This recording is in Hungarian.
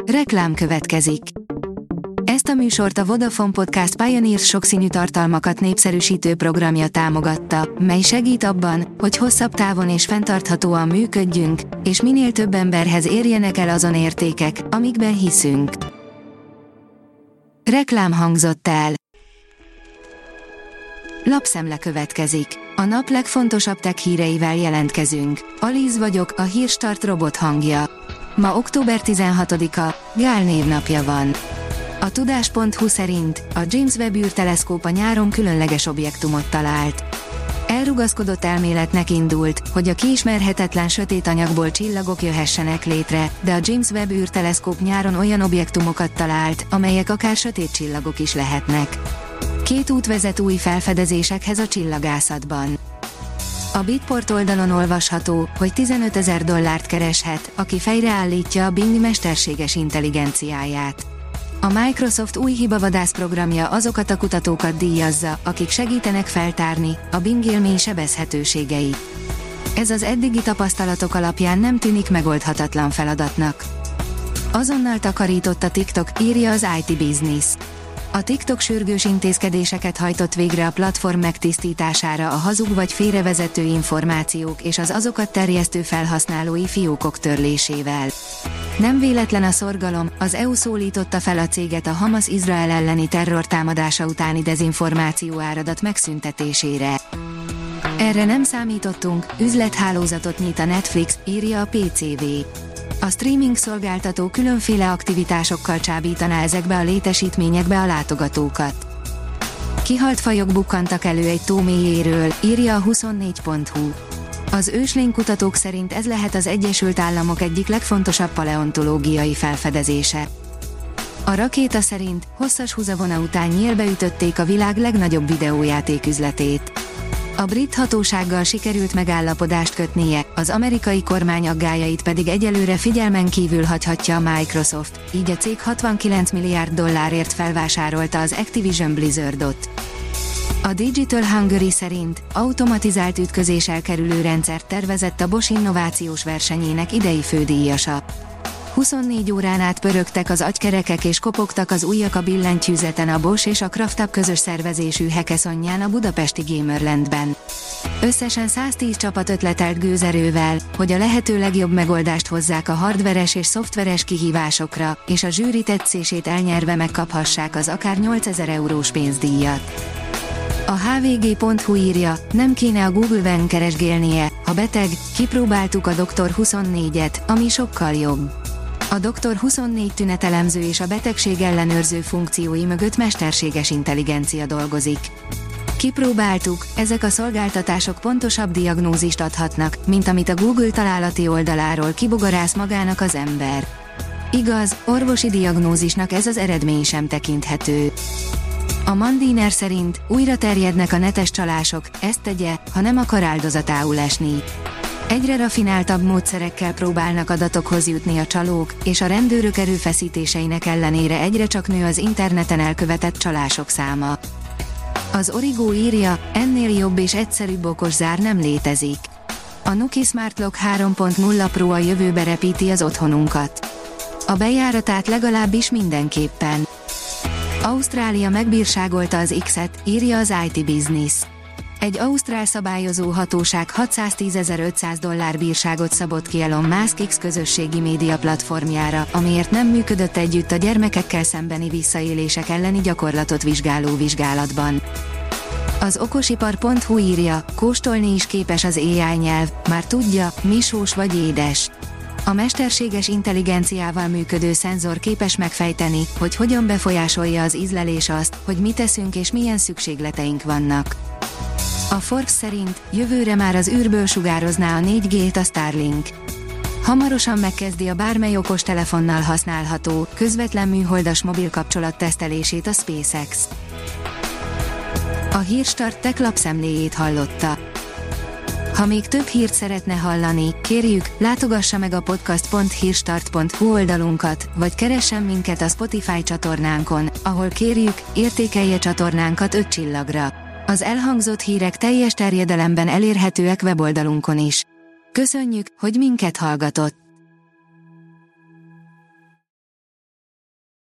Reklám következik. Ezt a műsort a Vodafone Podcast Pioneers sokszínű tartalmakat népszerűsítő programja támogatta, mely segít abban, hogy hosszabb távon és fenntarthatóan működjünk, és minél több emberhez érjenek el azon értékek, amikben hiszünk. Reklám hangzott el. Lapszemle következik. A nap legfontosabb tech híreivel jelentkezünk. Alíz vagyok, a Hírstart robot hangja. Ma október 16-a, Gál névnapja van. A tudás.hu szerint a James Webb űrteleszkóp a nyáron különleges objektumot talált. Elrugaszkodott elméletnek indult, hogy a kiismerhetetlen sötét anyagból csillagok jöhessenek létre, de a James Webb űrteleszkóp nyáron olyan objektumokat talált, amelyek akár sötét csillagok is lehetnek. Két út vezet új felfedezésekhez a csillagászatban. A Bitport oldalon olvasható, hogy $15,000 kereshet, aki fejreállítja a Bing mesterséges intelligenciáját. A Microsoft új hibavadász programja azokat a kutatókat díjazza, akik segítenek feltárni a Bing élmény sebezhetőségei. Ez az eddigi tapasztalatok alapján nem tűnik megoldhatatlan feladatnak. Azonnal takarított a TikTok, írja az IT Business. A TikTok sürgős intézkedéseket hajtott végre a platform megtisztítására a hazug vagy félrevezető információk és az azokat terjesztő felhasználói fiókok törlésével. Nem véletlen a szorgalom, az EU szólította fel a céget a Hamas Izrael elleni terrortámadása utáni dezinformáció áradat megszüntetésére. Erre nem számítottunk, üzlethálózatot nyit a Netflix, írja a PCV. A streaming szolgáltató különféle aktivitásokkal csábítaná ezekbe a létesítményekbe a látogatókat. Kihalt fajok bukkantak elő egy tó mélyéről, írja a 24.hu. Az őslénykutatók szerint ez lehet az Egyesült Államok egyik legfontosabb paleontológiai felfedezése. A rakéta szerint hosszas húzavona után nyílbe ütötték a világ legnagyobb videójáték üzletét. A brit hatósággal sikerült megállapodást kötnie, az amerikai kormány aggályait pedig egyelőre figyelmen kívül hagyhatja a Microsoft, így a cég $69 milliárd felvásárolta az Activision Blizzardot. A Digital Hungary szerint automatizált ütközés elkerülő rendszert tervezett a Bosch innovációs versenyének idei fődíjasa. 24 órán át pörögtek az agykerekek és kopogtak az ujjak a billentyűzeten a Bosch és a Kraftab közös szervezésű hackathonján a budapesti Gamerlandben. Összesen 110 csapat ötletelt gőzerővel, hogy a lehető legjobb megoldást hozzák a hardveres és szoftveres kihívásokra, és a zsűri tetszését elnyerve megkaphassák az akár 8000 eurós pénzdíjat. A hvg.hu írja, nem kéne a Google-ben keresgélnie, ha beteg, kipróbáltuk a Dr. 24-et, ami sokkal jobb. A Dr. 24 tünetelemző és a betegség ellenőrző funkciói mögött mesterséges intelligencia dolgozik. Kipróbáltuk, ezek a szolgáltatások pontosabb diagnózist adhatnak, mint amit a Google találati oldaláról kibogarász magának az ember. Igaz, orvosi diagnózisnak ez az eredmény sem tekinthető. A Mandiner szerint újra terjednek a netes csalások, ezt tegye, ha nem akar áldozatául esni. Egyre rafináltabb módszerekkel próbálnak adatokhoz jutni a csalók, és a rendőrök erőfeszítéseinek ellenére egyre csak nő az interneten elkövetett csalások száma. Az Origo írja, ennél jobb és egyszerűbb okos zár nem létezik. A Nuki Smart Lock 3.0 Pro a jövőbe repíti az otthonunkat. A bejáratát legalábbis mindenképpen. Ausztrália megbírságolta az X-et, írja az IT Business. Egy ausztrál szabályozó hatóság $610.500 bírságot szabott ki Elon Musk X közösségi média platformjára, amiért nem működött együtt a gyermekekkel szembeni visszaélések elleni gyakorlatot vizsgáló vizsgálatban. Az okosipar.hu írja, kóstolni is képes az AI nyelv, már tudja, mi sós vagy édes. A mesterséges intelligenciával működő szenzor képes megfejteni, hogy hogyan befolyásolja az ízlelés azt, hogy mit eszünk és milyen szükségleteink vannak. A Forbes szerint jövőre már az űrből sugározná a 4G-t a Starlink. Hamarosan megkezdi a bármely okostelefonnal használható, közvetlen műholdas mobil kapcsolat tesztelését a SpaceX. A Hírstart Tech lapszemléjét hallotta. Ha még több hírt szeretne hallani, kérjük, látogassa meg a podcast.hírstart.hu oldalunkat, vagy keressen minket a Spotify csatornánkon, ahol kérjük, értékelje csatornánkat 5 csillagra. Az elhangzott hírek teljes terjedelemben elérhetőek weboldalunkon is. Köszönjük, hogy minket hallgatott!